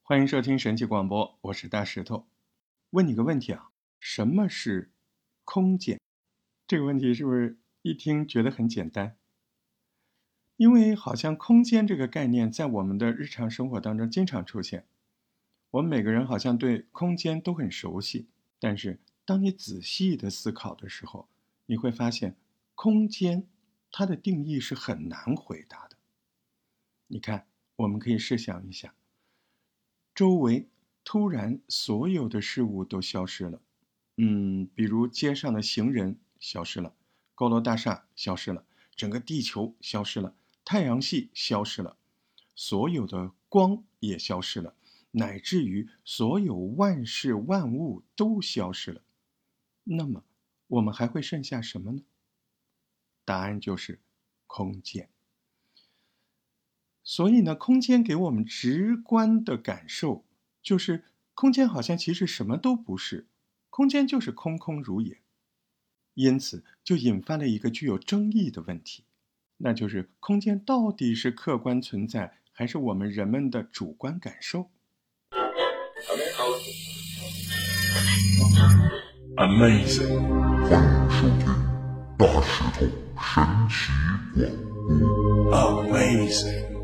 欢迎收听神奇广播，我是大石头。问你个问题啊，什么是空间？这个问题是不是一听觉得很简单？因为好像空间这个概念在我们的日常生活当中经常出现，我们每个人好像对空间都很熟悉，但是当你仔细的思考的时候，你会发现空间它的定义是很难回答的。你看，我们可以试想一下，周围突然所有的事物都消失了，比如街上的行人消失了，高楼大厦消失了，整个地球消失了，太阳系消失了，所有的光也消失了，乃至于所有万事万物都消失了。那么我们还会剩下什么呢？答案就是空间。所以呢，空间给我们直观的感受就是空间好像其实什么都不是，空间就是空空如也。因此就引发了一个具有争议的问题，那就是空间到底是客观存在还是我们人们的主观感受。 Amazing， 欢迎收听大石头神奇广播。Amazing，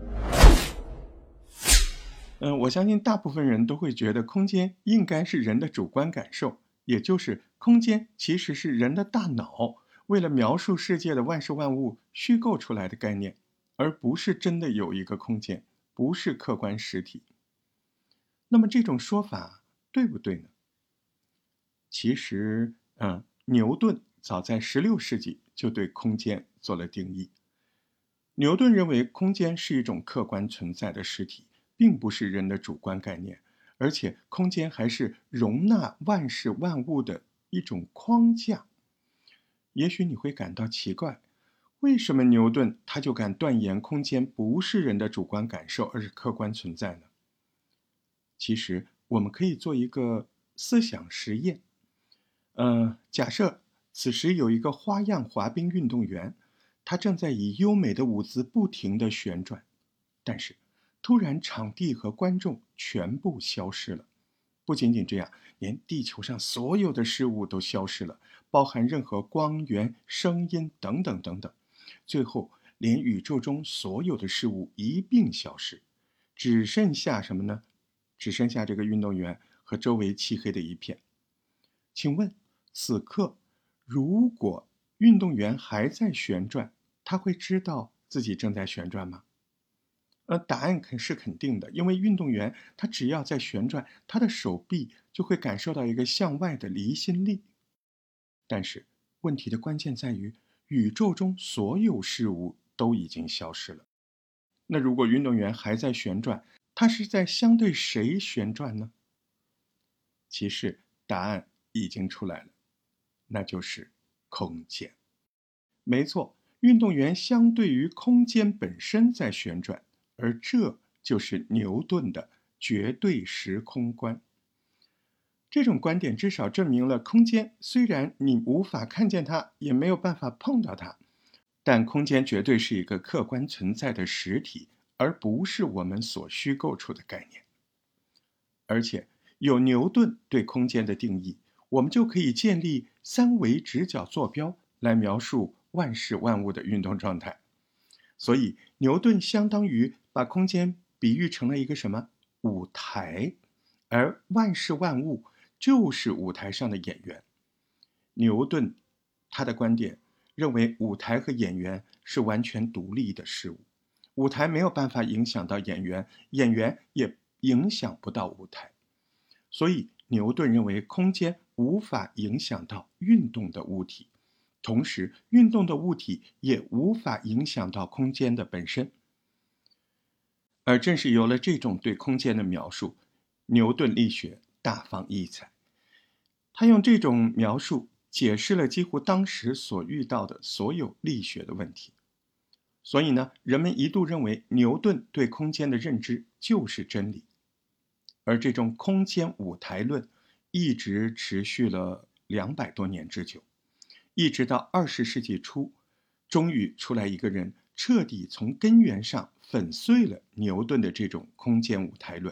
我相信大部分人都会觉得空间应该是人的主观感受，也就是空间其实是人的大脑为了描述世界的万事万物虚构出来的概念，而不是真的有一个空间，不是客观实体。那么这种说法对不对呢？其实，牛顿早在16世纪就对空间做了定义。牛顿认为空间是一种客观存在的实体，并不是人的主观概念，而且空间还是容纳万事万物的一种框架。也许你会感到奇怪，为什么牛顿他就敢断言空间不是人的主观感受，而是客观存在呢？其实我们可以做一个思想实验。假设此时有一个花样滑冰运动员，他正在以优美的舞姿不停地旋转，但是突然场地和观众全部消失了。不仅仅这样，连地球上所有的事物都消失了，包含任何光源、声音等等等等。最后连宇宙中所有的事物一并消失，只剩下什么呢？只剩下这个运动员和周围漆黑的一片。请问此刻如果运动员还在旋转，他会知道自己正在旋转吗？答案是肯定的，因为运动员他只要在旋转，他的手臂就会感受到一个向外的离心力。但是问题的关键在于，宇宙中所有事物都已经消失了。那如果运动员还在旋转，他是在相对谁旋转呢？其实答案已经出来了，那就是空间。没错，运动员相对于空间本身在旋转，而这就是牛顿的绝对时空观。这种观点至少证明了空间虽然你无法看见它，也没有办法碰到它，但空间绝对是一个客观存在的实体，而不是我们所虚构出的概念。而且有牛顿对空间的定义，我们就可以建立三维直角坐标来描述万事万物的运动状态。所以牛顿相当于把空间比喻成了一个什么？舞台，而万事万物就是舞台上的演员。牛顿他的观点认为舞台和演员是完全独立的事物，舞台没有办法影响到演员，演员也影响不到舞台。所以牛顿认为空间无法影响到运动的物体，同时运动的物体也无法影响到空间的本身。而正是有了这种对空间的描述，牛顿力学大放异彩。他用这种描述解释了几乎当时所遇到的所有力学的问题。所以呢，人们一度认为牛顿对空间的认知就是真理。而这种空间舞台论一直持续了200多年之久，一直到20世纪初，终于出来一个人彻底从根源上粉碎了牛顿的这种空间舞台论，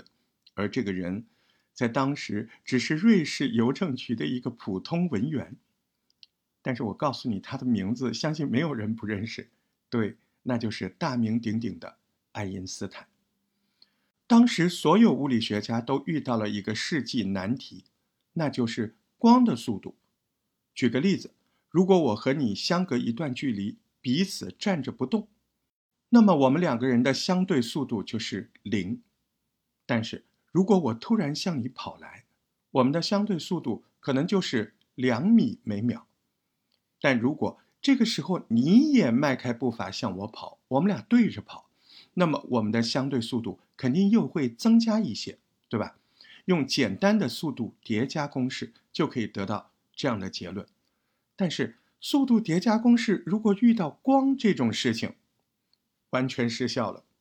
而这个人在当时只是瑞士邮政局的一个普通文员。但是我告诉你他的名字，相信没有人不认识。对，那就是大名鼎鼎的爱因斯坦。当时所有物理学家都遇到了一个世纪难题，那就是光的速度。举个例子，如果我和你相隔一段距离，彼此站着不动，那么我们两个人的相对速度就是0。但是如果我突然向你跑来，我们的相对速度可能就是2米每秒。但如果这个时候你也迈开步伐向我跑，我们俩对着跑，那么我们的相对速度肯定又会增加一些，对吧？用简单的速度叠加公式就可以得到这样的结论。但是速度叠加公式如果遇到光这种事情，完全失效了。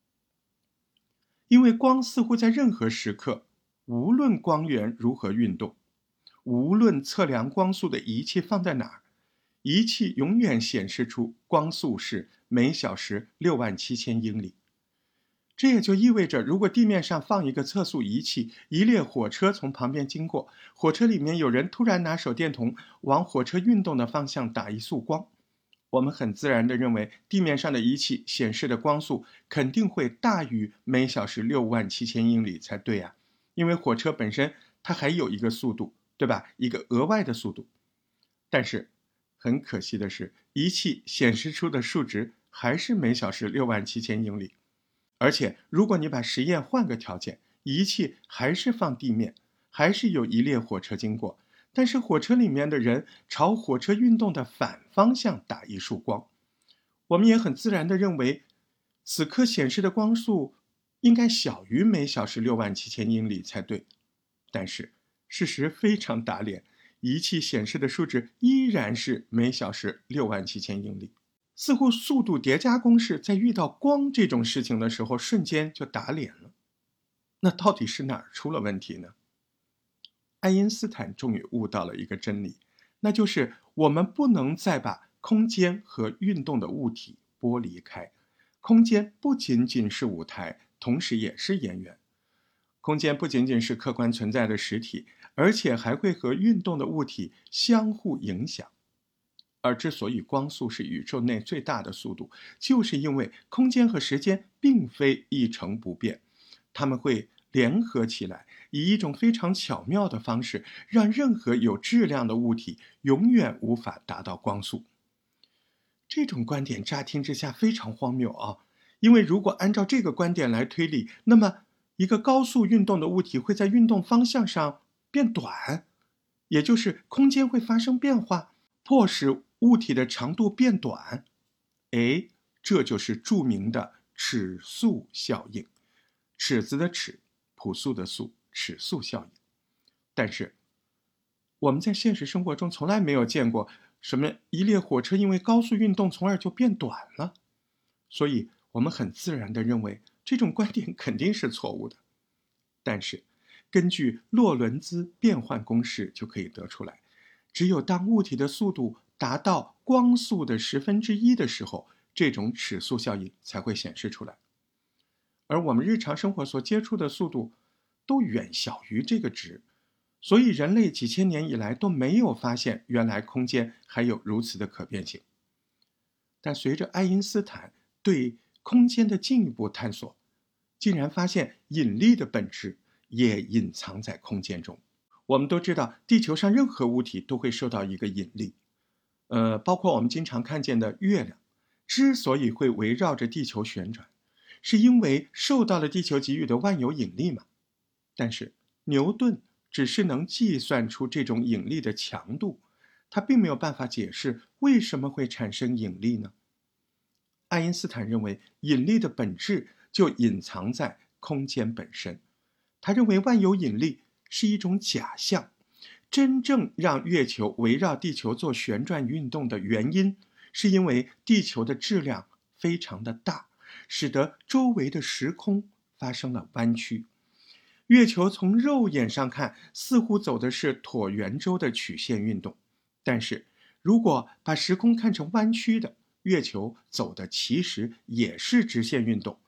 因为光似乎在任何时刻，无论光源如何运动，无论测量光速的仪器放在哪儿，仪器永远显示出光速是每小时67000英里。这也就意味着，如果地面上放一个测速仪器，一列火车从旁边经过，火车里面有人突然拿手电筒往火车运动的方向打一束光，我们很自然地认为地面上的仪器显示的光速肯定会大于每小时67000英里才对啊，因为火车本身它还有一个速度，对吧？一个额外的速度。但是很可惜的是，仪器显示出的数值还是每小时67000英里。而且如果你把实验换个条件，仪器还是放地面，还是有一列火车经过，但是火车里面的人朝火车运动的反方向打一束光，我们也很自然地认为此刻显示的光速应该小于每小时67000英里才对。但是事实非常打脸，仪器显示的数值依然是每小时67000英里。似乎速度叠加公式在遇到光这种事情的时候瞬间就打脸了。那到底是哪儿出了问题呢？爱因斯坦终于悟到了一个真理，那就是我们不能再把空间和运动的物体剥离开。空间不仅仅是舞台，同时也是演员。空间不仅仅是客观存在的实体，而且还会和运动的物体相互影响。而之所以光速是宇宙内最大的速度，就是因为空间和时间并非一成不变，它们会联合起来，以一种非常巧妙的方式，让任何有质量的物体永远无法达到光速。这种观点乍听之下非常荒谬啊，因为如果按照这个观点来推理，那么一个高速运动的物体会在运动方向上变短，也就是空间会发生变化，迫使物体的长度变短。这就是著名的尺速效应，尺子的尺，朴素的素，尺速效应。但是我们在现实生活中从来没有见过什么一列火车因为高速运动从而就变短了，所以我们很自然地认为这种观点肯定是错误的。但是根据洛伦兹变换公式就可以得出来，只有当物体的速度达到光速的1/10的时候，这种尺速效应才会显示出来。而我们日常生活所接触的速度都远小于这个值，所以人类几千年以来都没有发现原来空间还有如此的可变性。但随着爱因斯坦对空间的进一步探索，竟然发现引力的本质也隐藏在空间中。我们都知道地球上任何物体都会受到一个引力，包括我们经常看见的月亮，之所以会围绕着地球旋转，是因为受到了地球给予的万有引力嘛。但是牛顿只是能计算出这种引力的强度，他并没有办法解释为什么会产生引力呢？爱因斯坦认为引力的本质就隐藏在空间本身，他认为万有引力是一种假象，真正让月球围绕地球做旋转运动的原因，是因为地球的质量非常的大，使得周围的时空发生了弯曲。月球从肉眼上看似乎走的是椭圆周的曲线运动，但是如果把时空看成弯曲的，月球走的其实也是直线运动。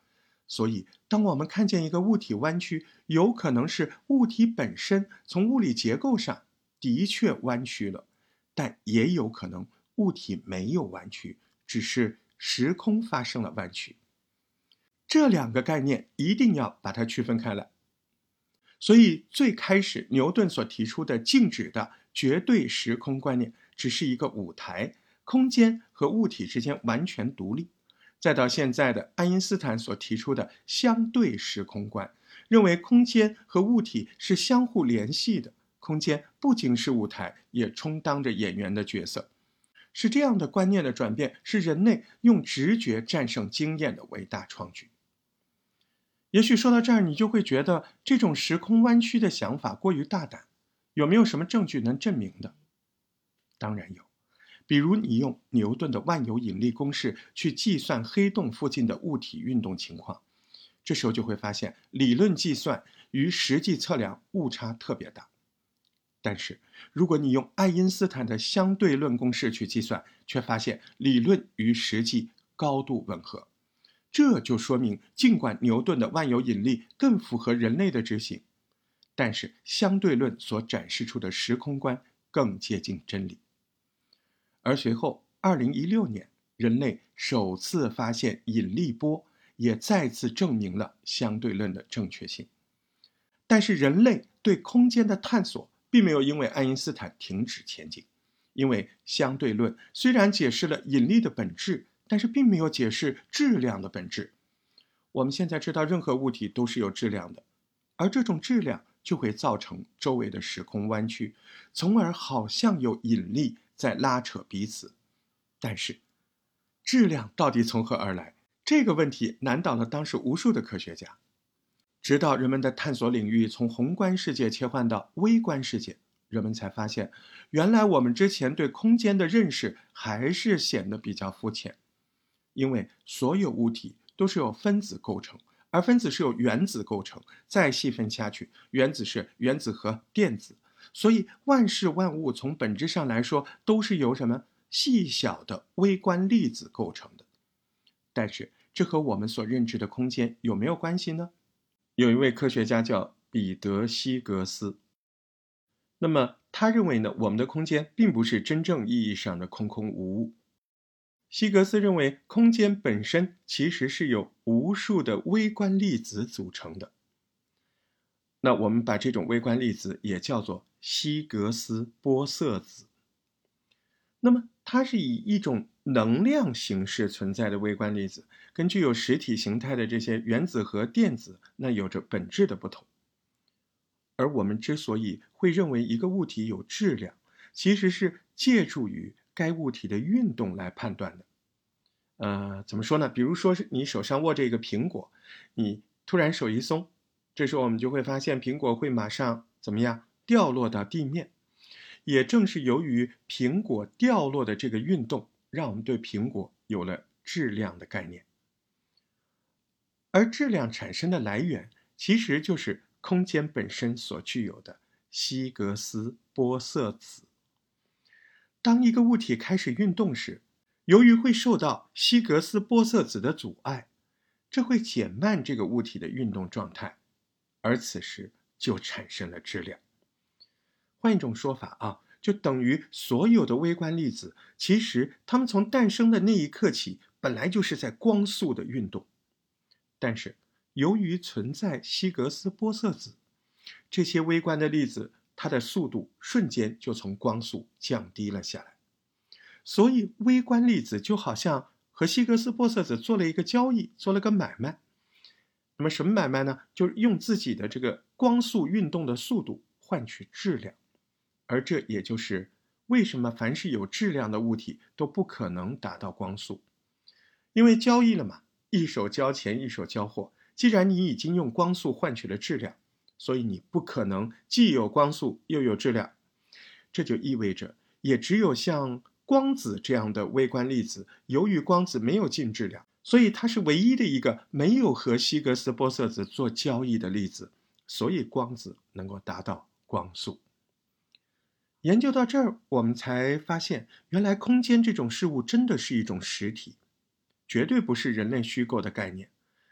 所以当我们看见一个物体弯曲，有可能是物体本身从物理结构上的确弯曲了，但也有可能物体没有弯曲，只是时空发生了弯曲。这两个概念一定要把它区分开来。所以最开始牛顿所提出的静止的绝对时空观念只是一个舞台，空间和物体之间完全独立。再到现在的爱因斯坦所提出的相对时空观，认为空间和物体是相互联系的，空间不仅是舞台，也充当着演员的角色。是这样的观念的转变，是人类用直觉战胜经验的伟大创举。也许说到这儿，你就会觉得这种时空弯曲的想法过于大胆，有没有什么证据能证明的？当然有，比如你用牛顿的万有引力公式去计算黑洞附近的物体运动情况，这时候就会发现理论计算与实际测量误差特别大。但是如果你用爱因斯坦的相对论公式去计算，却发现理论与实际高度吻合。这就说明，尽管牛顿的万有引力更符合人类的执行，但是相对论所展示出的时空观更接近真理。而随后2016年，人类首次发现引力波，也再次证明了相对论的正确性。但是人类对空间的探索并没有因为爱因斯坦停止前进，因为相对论虽然解释了引力的本质，但是并没有解释质量的本质。我们现在知道任何物体都是有质量的，而这种质量就会造成周围的时空弯曲，从而好像有引力在拉扯彼此。但是质量到底从何而来？这个问题难倒了当时无数的科学家。直到人们的探索领域从宏观世界切换到微观世界，人们才发现，原来我们之前对空间的认识还是显得比较肤浅。因为所有物体都是由分子构成，而分子是由原子构成，再细分下去，原子是原子和电子，所以万事万物从本质上来说都是由什么细小的微观粒子构成的。但是这和我们所认知的空间有没有关系呢？有一位科学家叫彼得·希格斯，那么他认为呢，我们的空间并不是真正意义上的空空无物。希格斯认为，空间本身其实是由无数的微观粒子组成的。那我们把这种微观粒子也叫做希格斯玻色子。那么它是以一种能量形式存在的微观粒子，跟具有实体形态的这些原子和电子，那有着本质的不同。而我们之所以会认为一个物体有质量，其实是借助于该物体的运动来判断的。怎么说呢？比如说是你手上握着一个苹果，你突然手一松，这时候我们就会发现苹果会马上怎么样掉落到地面。也正是由于苹果掉落的这个运动，让我们对苹果有了质量的概念。而质量产生的来源，其实就是空间本身所具有的希格斯玻色子。当一个物体开始运动时，由于会受到希格斯玻色子的阻碍，这会减慢这个物体的运动状态，而此时就产生了质量。换一种说法就等于所有的微观粒子，其实它们从诞生的那一刻起，本来就是在光速的运动。但是由于存在希格斯玻色子，这些微观的粒子，它的速度瞬间就从光速降低了下来。所以微观粒子就好像和希格斯玻色子做了一个交易，做了个买卖。那么什么买卖呢？就是用自己的这个光速运动的速度换取质量。而这也就是为什么凡是有质量的物体都不可能达到光速。因为交易了嘛，一手交钱一手交货，既然你已经用光速换取了质量，所以你不可能既有光速又有质量。这就意味着也只有像光子这样的微观粒子，由于光子没有净质量，所以它是唯一的一个没有和希格斯玻色子做交易的粒子，所以光子能够达到光速。研究到这儿，我们才发现，原来空间这种事物真的是一种实体，绝对不是人类虚构的概念。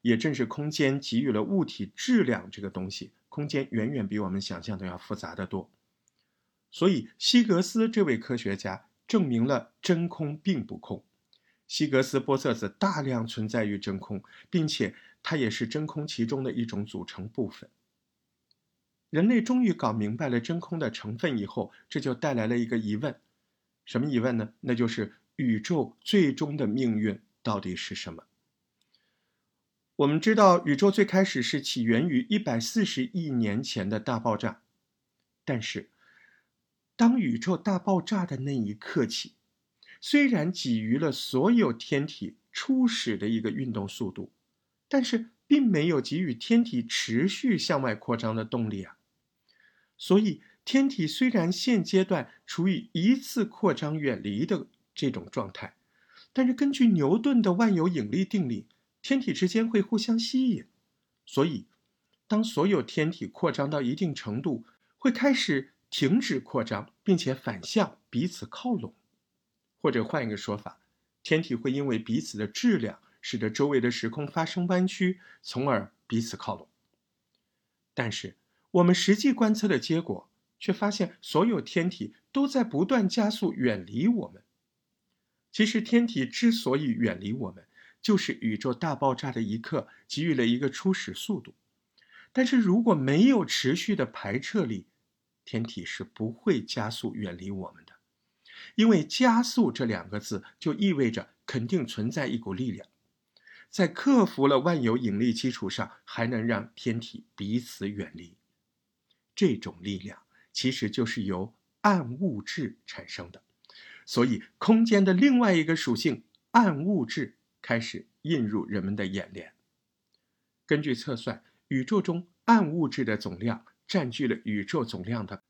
也正是空间给予了物体质量这个东西，空间远远比我们想象的要复杂得多。所以希格斯这位科学家证明了真空并不空，希格斯玻色子大量存在于真空，并且它也是真空其中的一种组成部分。人类终于搞明白了真空的成分以后，这就带来了一个疑问。什么疑问呢？那就是宇宙最终的命运到底是什么？我们知道宇宙最开始是起源于140亿年前的大爆炸，但是当宇宙大爆炸的那一刻起，虽然给予了所有天体初始的一个运动速度，但是并没有给予天体持续向外扩张的动力啊。所以天体虽然现阶段处于一次扩张远离的这种状态，但是根据牛顿的万有引力定理，天体之间会互相吸引，所以当所有天体扩张到一定程度，会开始停止扩张，并且反向彼此靠拢。或者换一个说法，天体会因为彼此的质量使得周围的时空发生弯曲，从而彼此靠拢。但是我们实际观测的结果却发现，所有天体都在不断加速远离我们。其实天体之所以远离我们，就是宇宙大爆炸的一刻给予了一个初始速度。但是如果没有持续的排斥力，天体是不会加速远离我们的。因为加速这两个字就意味着肯定存在一股力量，在克服了万有引力基础上，还能让天体彼此远离。这种力量其实就是由暗物质产生的，所以空间的另外一个属性暗物质开始映入人们的眼帘。根据测算，宇宙中暗物质的总量占据了宇宙总量的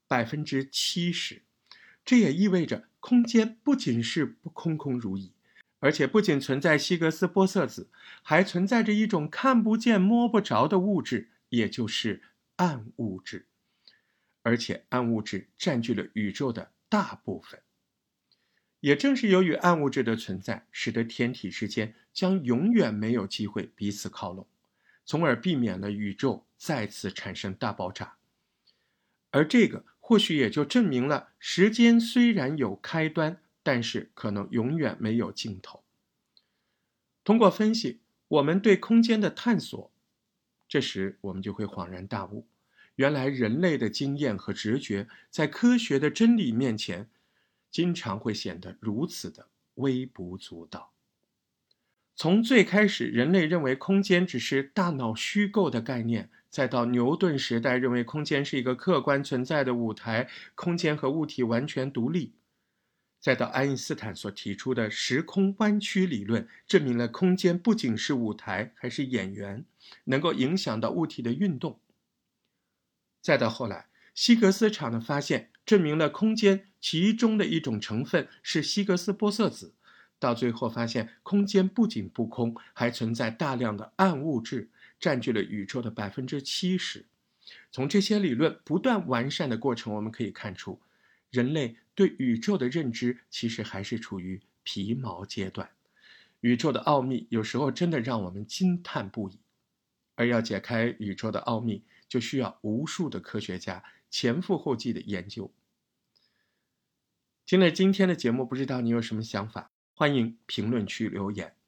70%，这也意味着空间不仅是不空空如也，而且不仅存在希格斯玻色子，还存在着一种看不见摸不着的物质，也就是暗物质。而且暗物质占据了宇宙的大部分。也正是由于暗物质的存在，使得天体之间将永远没有机会彼此靠拢，从而避免了宇宙再次产生大爆炸。而这个或许也就证明了，时间虽然有开端，但是可能永远没有尽头。通过分析我们对空间的探索，这时我们就会恍然大悟，原来人类的经验和直觉在科学的真理面前，经常会显得如此的微不足道。从最开始人类认为空间只是大脑虚构的概念，再到牛顿时代认为空间是一个客观存在的舞台，空间和物体完全独立，再到爱因斯坦所提出的时空弯曲理论，证明了空间不仅是舞台，还是演员，能够影响到物体的运动。再到后来希格斯场的发现，证明了空间其中的一种成分是希格斯玻色子，到最后发现空间不仅不空，还存在大量的暗物质，占据了宇宙的70%。从这些理论不断完善的过程，我们可以看出，人类对宇宙的认知其实还是处于皮毛阶段。宇宙的奥秘有时候真的让我们惊叹不已，而要解开宇宙的奥秘，就需要无数的科学家前赴后继的研究。听了今天的节目，不知道你有什么想法？欢迎评论区留言。